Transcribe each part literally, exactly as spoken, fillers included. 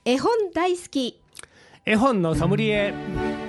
絵本大好き、 絵本のソムリエ。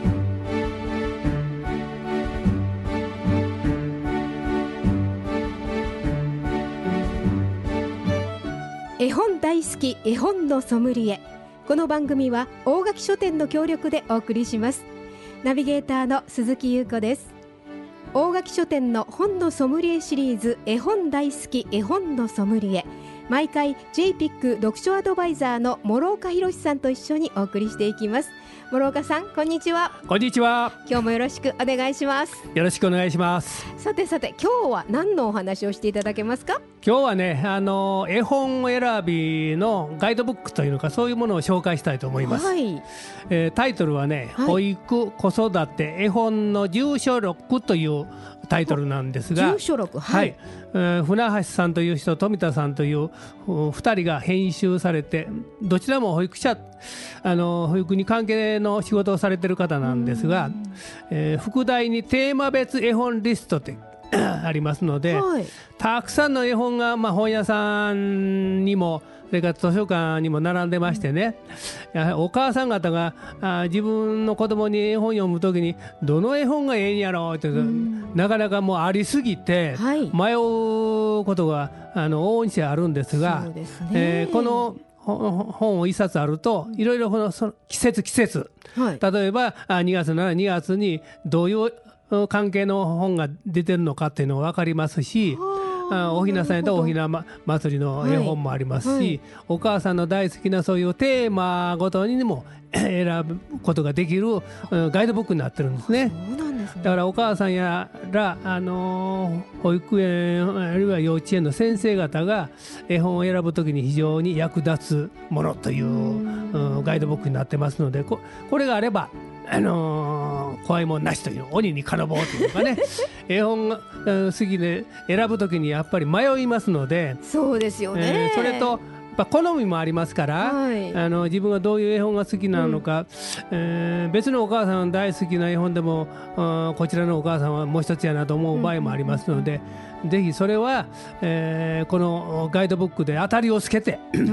絵本大好き絵本のソムリエ。この番組は大垣書店の協力でお送りします。ナビゲーターの鈴木優子です。大垣書店の本のソムリエシリーズ、絵本大好き絵本のソムリエ、毎回 ジェイピック 読書アドバイザーの諸岡博さんと一緒にお送りしていきます。諸岡さん、こんにちは。 こんにちは。 今日もよろしくお願いします。 よろしくお願いします。 さてさて、今日は何のお話をしていただけますか？ 今日はね、あの絵本選びのガイドブックというのか、そういうものを紹介したいと思います。 はい、 えー、タイトルはね、 はい、 保育子育て絵本の住所録というタイトルなんですが、 住所録、はい、 はい、えー、船橋さんという人、富田さんというふたりが編集されて、どちらも保育者、あの保育に関係の仕事をされている方なんですが、えー、副題にテーマ別絵本リストってありますので、はい、たくさんの絵本が、まあ、本屋さんにもそれから図書館にも並んでましてね、やはりお母さん方があ自分の子供に絵本読むときにどの絵本がええんやろうって、なかなかもうありすぎて迷うことがあの往々にしてあるんですが、 そうですね、 えー、この本を一冊あるといろいろこのその季節季節、はい、例えばにがつならにがつにどういう関係の本が出てるのかっていうのが分かりますし、おひなさんやとおひな祭りの絵本もありますし、はいはい、お母さんの大好きなそういうテーマごとにも選ぶことができるガイドブックになってるんですね。 そうなんですね。 だからお母さんやら、あのー、保育園あるいは幼稚園の先生方が絵本を選ぶときに非常に役立つものという、うん、ガイドブックになってますので、 こ, これがあればあのー、怖いもんなしという、鬼に金棒というかね絵本が好きで選ぶときにやっぱり迷いますので。 そうですよね、 えー、それと好みもありますから、はい、あの自分がどういう絵本が好きなのか、うん、えー、別のお母さん大好きな絵本でもこちらのお母さんはもう一つやなと思う場合もありますので、うん、ぜひそれは、えー、このガイドブックで当たりをつけて、うん、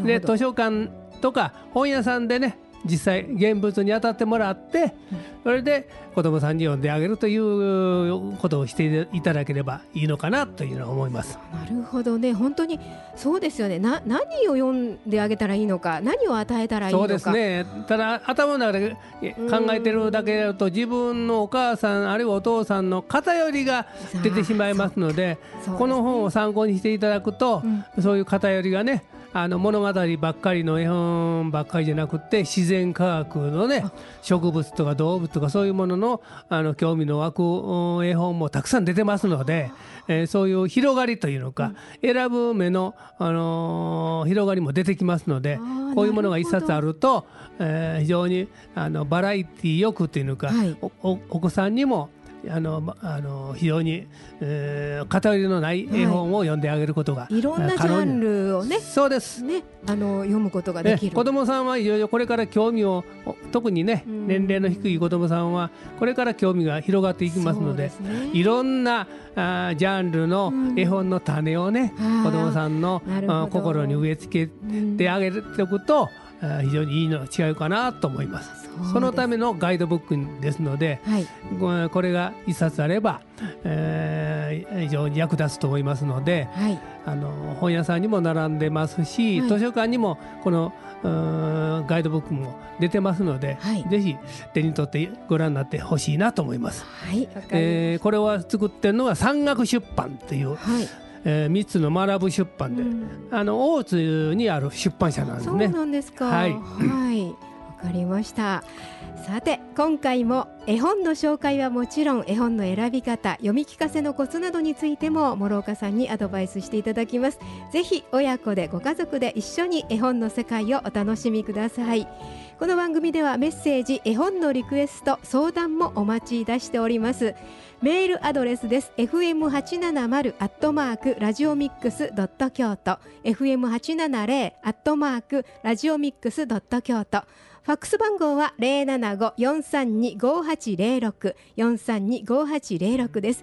で図書館とか本屋さんでね、実際現物に当たってもらって、それで子どもさんに読んであげるということをしていただければいいのかなというのは思います。 なるほどね、本当にそうですよね。な何を読んであげたらいいのか、何を与えたらいいのか。 そうですね。ただ頭の中で考えてるだけだと自分のお母さんあるいはお父さんの偏りが出てしまいますので、この本を参考にしていただくと、うん、そういう偏りがね、あの物語ばっかりの絵本ばっかりじゃなくて、自然科学のね、植物とか動物とかそういうものの、あの興味の湧く絵本もたくさん出てますので、えー、そういう広がりというのか、うん、選ぶ目の、あのー、広がりも出てきますので、こういうものが一冊あると、えー、非常にあのバラエティーよくというのか、はい、お, お, お子さんにもあのあの非常に、えー、偏りのない絵本を読んであげることが、はい、 いろんなジャンルをね、 そうです、 ね、あの読むことができる。 子どもさんはいよいよこれから興味を、特にね年齢の低い子どもさんはこれから興味が広がっていきますの で, で、ね、いろんなあジャンルの絵本の種をね、うん、子どもさんの心に植え付けてあげておくと、非常にいいの違うかなと思います。 そ, そのためのガイドブックですので、はい、これが一冊あれば、えー、非常に役立つと思いますので、はい、あの本屋さんにも並んでますし、はい、図書館にもこのガイドブックも出てますので、はい、ぜひ手に取ってご覧になってほしいなと思います。 はい、 えー、これは作ってるのは山岳出版という、はい、えー、みっつの学ぶ出版で、うん、あの大津にある出版社なんですね。 そうなんですか。 はい、 はい、わかりました。さて、今回も絵本の紹介はもちろん、絵本の選び方、読み聞かせのコツなどについても諸岡さんにアドバイスしていただきます。ぜひ親子でご家族で一緒に絵本の世界をお楽しみください。この番組ではメッセージ、絵本のリクエスト、相談もお待ち出しております。メールアドレスです。 エフエムはちななまる アットマークラジオミックスドット京都 エフエムはちななゼロ アットマークラジオミックスドット京都。ファックス番号は ゼロななご よんさんに ごはちゼロろく よんさんに ごはちゼロろく です。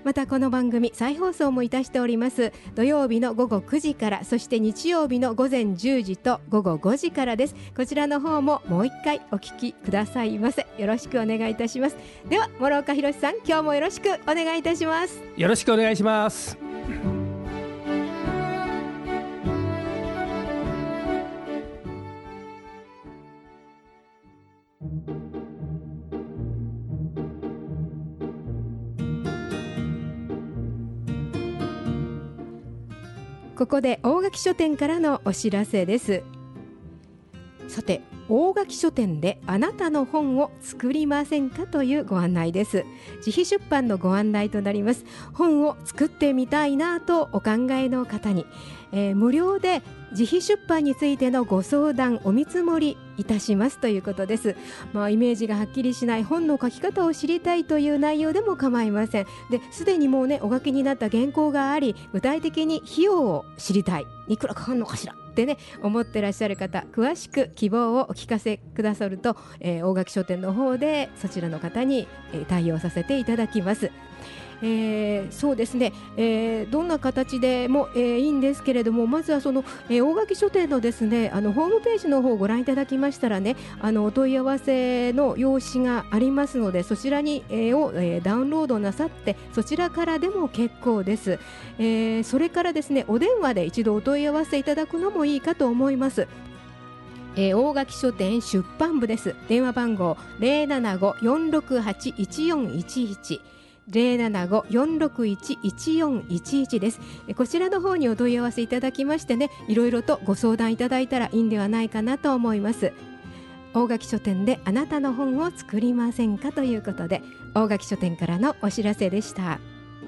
またこの番組再放送もいたしております。土曜日の午後くじから、そして日曜日の午前じゅうじと午後ごじからです。こちらの方ももう一回お聞きくださいませ。よろしくお願いいたします。では諸岡博さん、今日もよろしくお願いいたします。 よろしくお願いします。 ここで大垣書店からのお知らせです。さて、大垣書店であなたの本を作りませんかというご案内です。自費出版のご案内となります。本を作ってみたいなとお考えの方に、えー、無料で自費出版についてのご相談お見積もりいたしますということです。まあ、イメージがはっきりしない本の書き方を知りたいという内容でも構いません。ですでにもうね、お書きになった原稿があり、具体的に費用を知りたい、いくらかかるのかしらってね、思ってらっしゃる方、詳しく希望をお聞かせくださると、えー、大垣書店の方でそちらの方に、えー、対応させていただきます。えー、そうですね、えー、どんな形でも、えー、いいんですけれども、まずはその、えー、大垣書店のですね、あのホームページの方をご覧いただきましたらね、あのお問い合わせの用紙がありますので、そちらに、えー、を、えー、ダウンロードなさって、そちらからでも結構です。えー、それからですね、お電話で一度お問い合わせいただくのもいいかと思います。えー、大垣書店出版部です。電話番号 ゼロななご よんろくはち いちよんいちいちゼロななご よんろくいち いちよんいちいちです。こちらの方にお問い合わせいただきましてね、いろいろとご相談いただいたらいいんではないかなと思います。大垣書店であなたの本を作りませんかということで、大垣書店からのお知らせでした。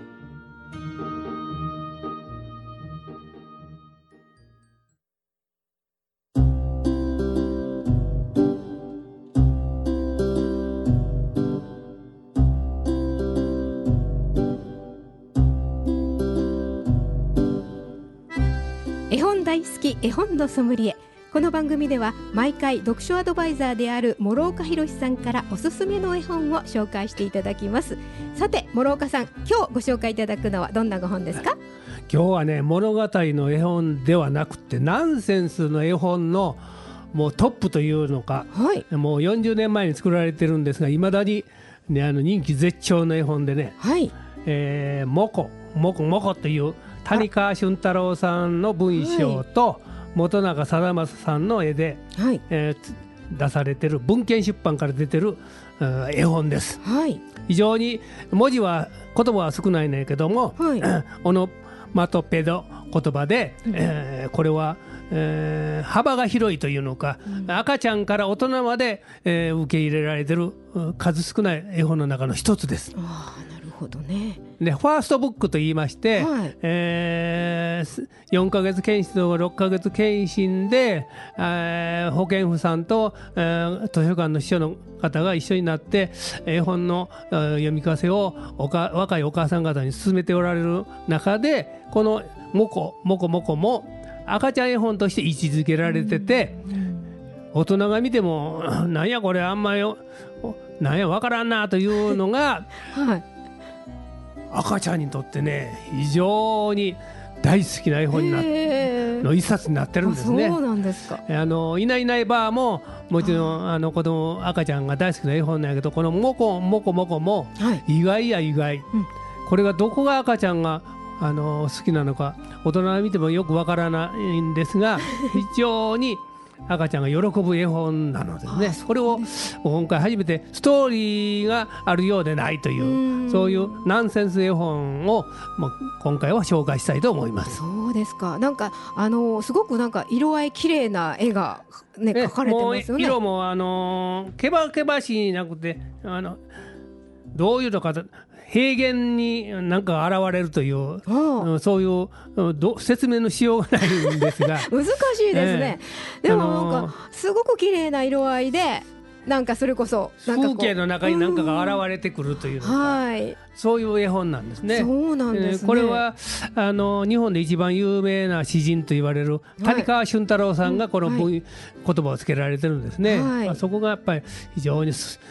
絵本大好き絵本のソムリエ。この番組では毎回読書アドバイザーである諸岡博さんからおすすめの絵本を紹介していただきます。さて諸岡さん、今日ご紹介いただくのはどんなご本ですか？ 今日はね、物語の絵本ではなくてナンセンスの絵本のもうトップというのか、はい、もうよんじゅうねんまえに作られてるんですが、いまだに、ね、あの人気絶頂の絵本でね、はい、えー、モコモコモコという谷川俊太郎さんの文章と、はい、本中貞正さんの絵で、はい、えー、出されてる文献出版から出てる絵本です、はい、非常に文字は言葉は少ないんだけども、はい、オノマトペド言葉で、うん、えー、これは、えー、幅が広いというのか、うん、赤ちゃんから大人まで、えー、受け入れられてる数少ない絵本の中の一つです。 あー、なるほどね。 でファーストブックと言いまして、はい、えー、よんかげつ検診とろっかげつ検診で、えー、保健婦さんと、えー、図書館の司書の方が一緒になって絵本の、えー、読み聞かせをおか若いお母さん方に勧めておられる中で、このモコモコモコも赤ちゃん絵本として位置づけられてて、うん、大人が見てもなんやこれあんまりなんやわからんなというのが、はい、赤ちゃんにとってね非常に大好きな絵本になっての一冊になってるんですね。 そうなんですか。 あのいないいないばあももちろんあの子供赤ちゃんが大好きな絵本なんやけど、このモコモコモコも意外や意外、はい、うん、これがどこが赤ちゃんがあの好きなのか大人が見てもよくわからないんですが非常に赤ちゃんが喜ぶ絵本なのですね。それを今回初めてストーリーがあるようでないという、そういうナンセンス絵本をもう今回は紹介したいと思います。 そうですか。なんかあのすごくなんか色合い綺麗な絵が、ね、描かれてますよね。 色もあのけばけばしいなくて、あのどういうのか平原に何か現れるという、うん、そういうど説明のしようがないんですが難しいですね、えー、でもなんかすごく綺麗な色合いで、なんかそれこそなんか風景の中に何かが現れてくるというのか、はい、そういう絵本なんですね。 そうなんですね、 えー、これはあの日本で一番有名な詩人と言われる谷川俊太郎さんがこの文、はい、言葉をつけられてるんですね、はい、まあ、そこがやっぱり非常に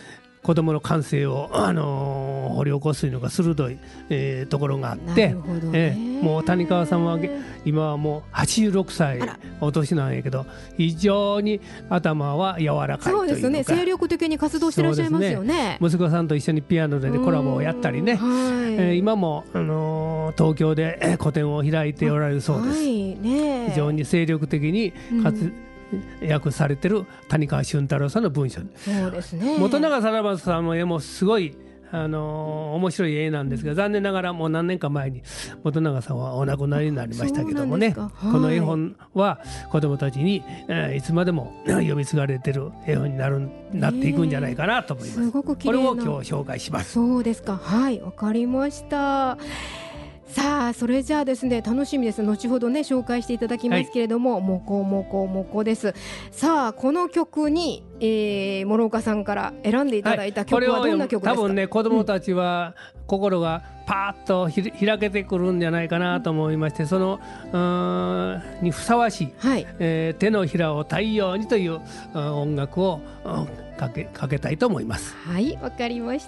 子どもの感性を、あのー、掘り起こすというのが鋭い、えー、ところがあって、ねえー、もう谷川さんは今はもうはちじゅうろくさいお年なんやけど非常に頭は柔らかいというか、 そうですね、精力的に活動してらっしゃいますよ ね, ね息子さんと一緒にピアノで、ね、コラボをやったりね、はい、えー、今も、あのー、東京で個展を開いておられるそうです、はいね、非常に精力的に活、うん訳されてる谷川俊太郎さんの文章、 そうですね、 元永貞正さんの絵もすごい、あのー、面白い絵なんですが、残念ながらもう何年か前に元永さんはお亡くなりになりましたけどもね、はい、この絵本は子どもたちに、えー、いつまでも読み継がれてる絵本になるなっていくんじゃないかなと思います。 すごく綺麗な、 これを今日紹介します。 そうですか、はい、わかりました。さあそれじゃあですね、楽しみです。後ほどね紹介していただきますけれども、はい、もこもこもこです。さあこの曲に、えー、諸岡さんから選んでいただいた曲はどんな曲ですか？ 多分ね子どもたちは心がパーッとひ開けてくるんじゃないかなと思いまして、そのうーんにふさわしい、はい、えー、手のひらを太陽にという音楽をかけ、かけたいと思います。 はい、わかりました。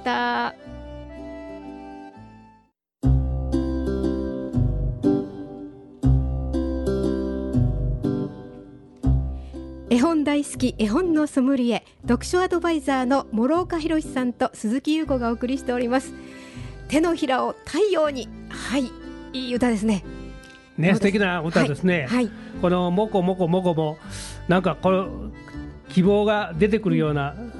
絵本大好き絵本のソムリエ読書アドバイザーの諸岡博さんと鈴木優子がお送りしております。手のひらを太陽に、はい、いい歌ですね。 ね、素敵な歌ですね、はいはい、このもこもこもこもなんかこの希望が出てくるような、うん、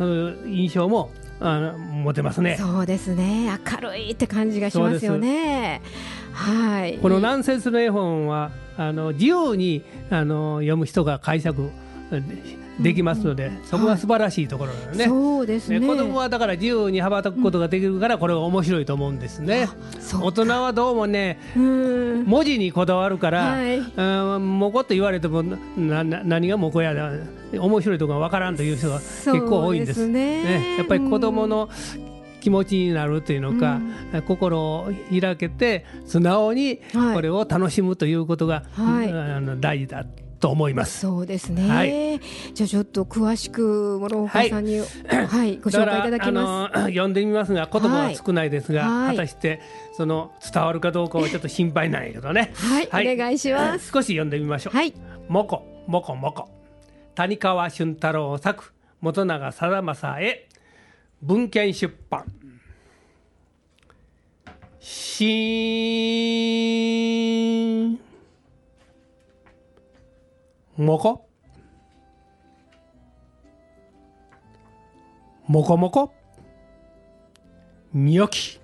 印象もあの持てますね。 そうですね、明るいって感じがしますよね。はい、 このナンセンスの絵本はあの自由にあの読む人が解釈できますので、うんうん、そこが素晴らしいところなのね、はい、 そうですね、 子供はだから自由に羽ばたくことができるからこれが面白いと思うんですね、うん、大人はどうもね、うん、文字にこだわるから、はい、うん、もこっと言われてもなな何がもこやだ面白いところがわからんという人が結構多いんです、ねね、やっぱり子供の気持ちになるというのか、うん、心を開けて素直にこれを楽しむということが、はい、あの大事だと思います。 そうですね、はい、じゃあちょっと詳しく諸岡さんに、はいはい、ご紹介いただきます。 あの読んでみますが言葉は少ないですが、はい、果たしてその伝わるかどうかはちょっと心配なんやけどねはい、はい、お願いします。 少し読んでみましょう。はい、もこもこもこ谷川俊太郎作元永貞正へ文献出版しーんもこもこもこにょき、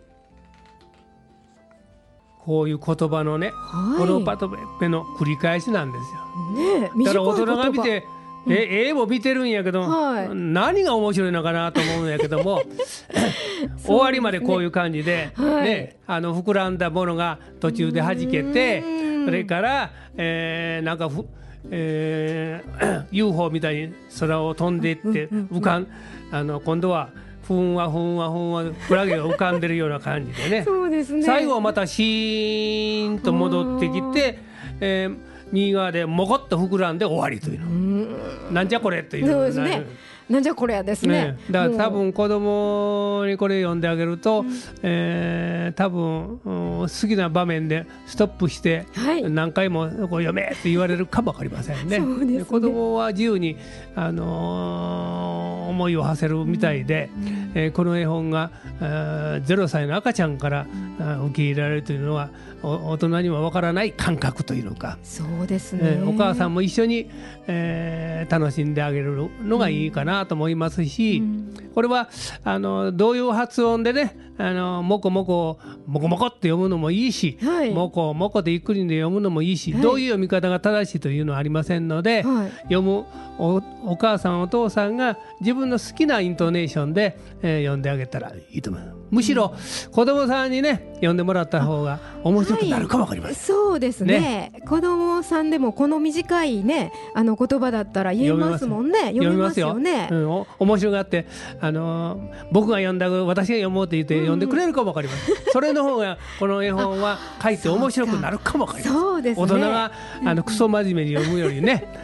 こういう言葉のね、はい、オノパトペの繰り返しなんですよ、ね、だから大人が見てえ絵も見てるんやけど、はい、何が面白いのかなと思うんやけども終わりまでこういう感じで、はい、ね、あの膨らんだものが途中で弾けて、それから、えー、なんかふえー、ユーフォー みたいに空を飛んでいって浮かん、あの今度はふんわふんわふんわクラゲが浮かんでるような感じでねそうですね、 最後はまたシーンと戻ってきて、えー、右側でもこっと膨らんで終わりというの、うんなんじゃこれという、 そうですね、なんじゃこれやですね、ね、 だから多分子供にこれ読んであげると、うん、えー、多分好きな場面でストップして、はい、何回もこう読めって言われるかも分かりませんね。そうですね、子供は自由に、あのー、思いを馳せるみたいで、うん、えー、この絵本がゼロさいの赤ちゃんから、うん、受け入れられるというのは大人には分からない感覚というのか、 そうですね、 えー、お母さんも一緒に、えー、楽しんであげるのがいいかなと思いますし、うん、これはあのどういう発音でね、あのもこもこもこもこって読むのもいいし、はい、もこもこでゆっくりで読むのもいいし、はい、どういう読み方が正しいというのはありませんので、はい、読む お, お母さんお父さんが自分の好きなイントネーションで、えー、読んであげたらいいと思います。むしろ子供さんにね読んでもらった方が面白くなるかもわかります、 はい、そうです ね, ね子供さんでもこの短いねあの言葉だったら言えますもんね。読みますよね、 うん、お面白がって、あのー、僕が読んだ私が読もうって言って読んでくれるかもわかります、うん、それの方がこの絵本は書いて面白くなるかもわかります。そうですね、大人があのクソ真面目に読むよりね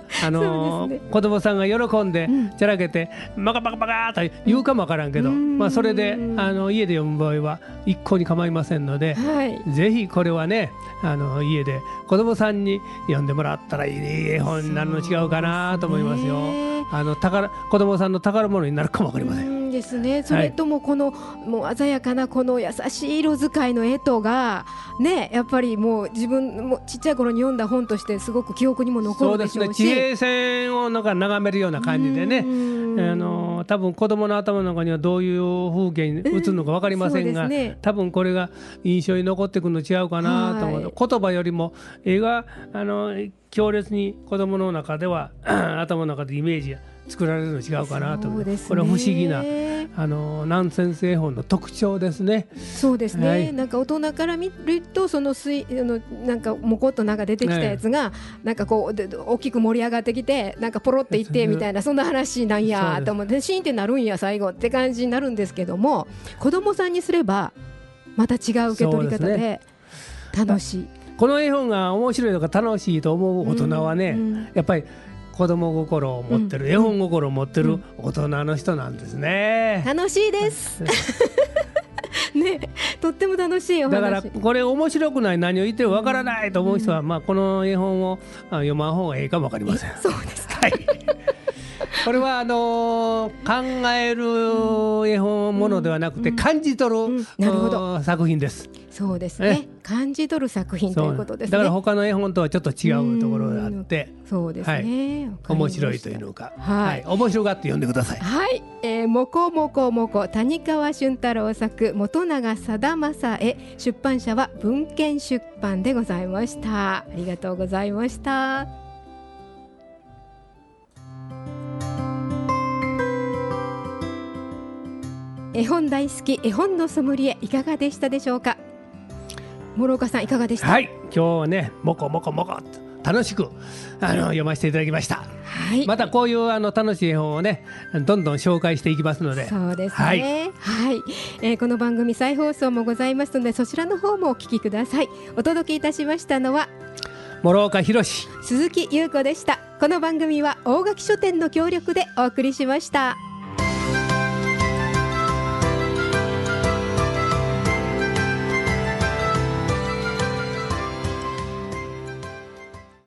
あのーね、子供さんが喜んでちゃらけて、うん、バカバカバカと言うかもわからんけど、まあ、それであの家で読む場合は一向に構いませんので、はい、ぜひこれはねあの家で子供さんに読んでもらったらいい絵本になるの違うかなと思いますよ。あの宝子供さんの宝物になるかもわかりません。 ですね、それともこの、はい、もう鮮やかなこの優しい色使いの絵とがねやっぱりもう自分もちっちゃい頃に読んだ本としてすごく記憶にも残るでしょうし、そうですね、地平線をなんか眺めるような感じでね、あの多分子供の頭の中にはどういう風景に映るのか分かりませんが、うんね、多分これが印象に残ってくるの違うかなと思う、はい、言葉よりも絵があの強烈に子供の中では頭の中でイメージ作られるの違うかなと思う、ね、これは不思議なあのナンセンス絵本の特徴ですね。 そうですね、はい、なんか大人から見るとその水あのなんかもこっとなんか出てきたやつが、はい、なんかこう大きく盛り上がってきてなんかポロっていってみたいなそんな話なんやと思ってシーンってなるんや最後って感じになるんですけども、子供さんにすればまた違う受け取り方で楽しい。 この絵本が面白いとか楽しいと思う大人はね、うんうん、やっぱり子供心を持ってる、うん、絵本心を持ってる大人の人なんですね。 楽しいですね、とっても楽しいお話だからこれ面白くない何を言ってるかわからないと思う人は、うんまあ、この絵本を読まん方がいいかもわかりません。 そうですか、 はいこれはあのー、考える絵本ものではなくて感じ取る、うんうん、なるほど作品です。 そうですね、感じ取る作品ということですね。 だから他の絵本とはちょっと違うところがあってそうですね、 はい、面白いというのか、はいはい、面白がって読んでください。 はい、えー、もこもこもこ谷川俊太郎作本永貞正絵出版社は文献出版でございました。ありがとうございました。絵本大好き絵本のソムリエいかがでしたでしょうか。諸岡さんいかがでした。 はい、今日はねもこもこもこ楽しくあの読ませていただきました、はい、またこういうあの楽しい絵本をねどんどん紹介していきますので。 そうですね、はいはいえー、この番組再放送もございますのでそちらの方もお聞きください。お届けいたしましたのは諸岡弘、 鈴木優子でした。この番組は大垣書店の協力でお送りしました。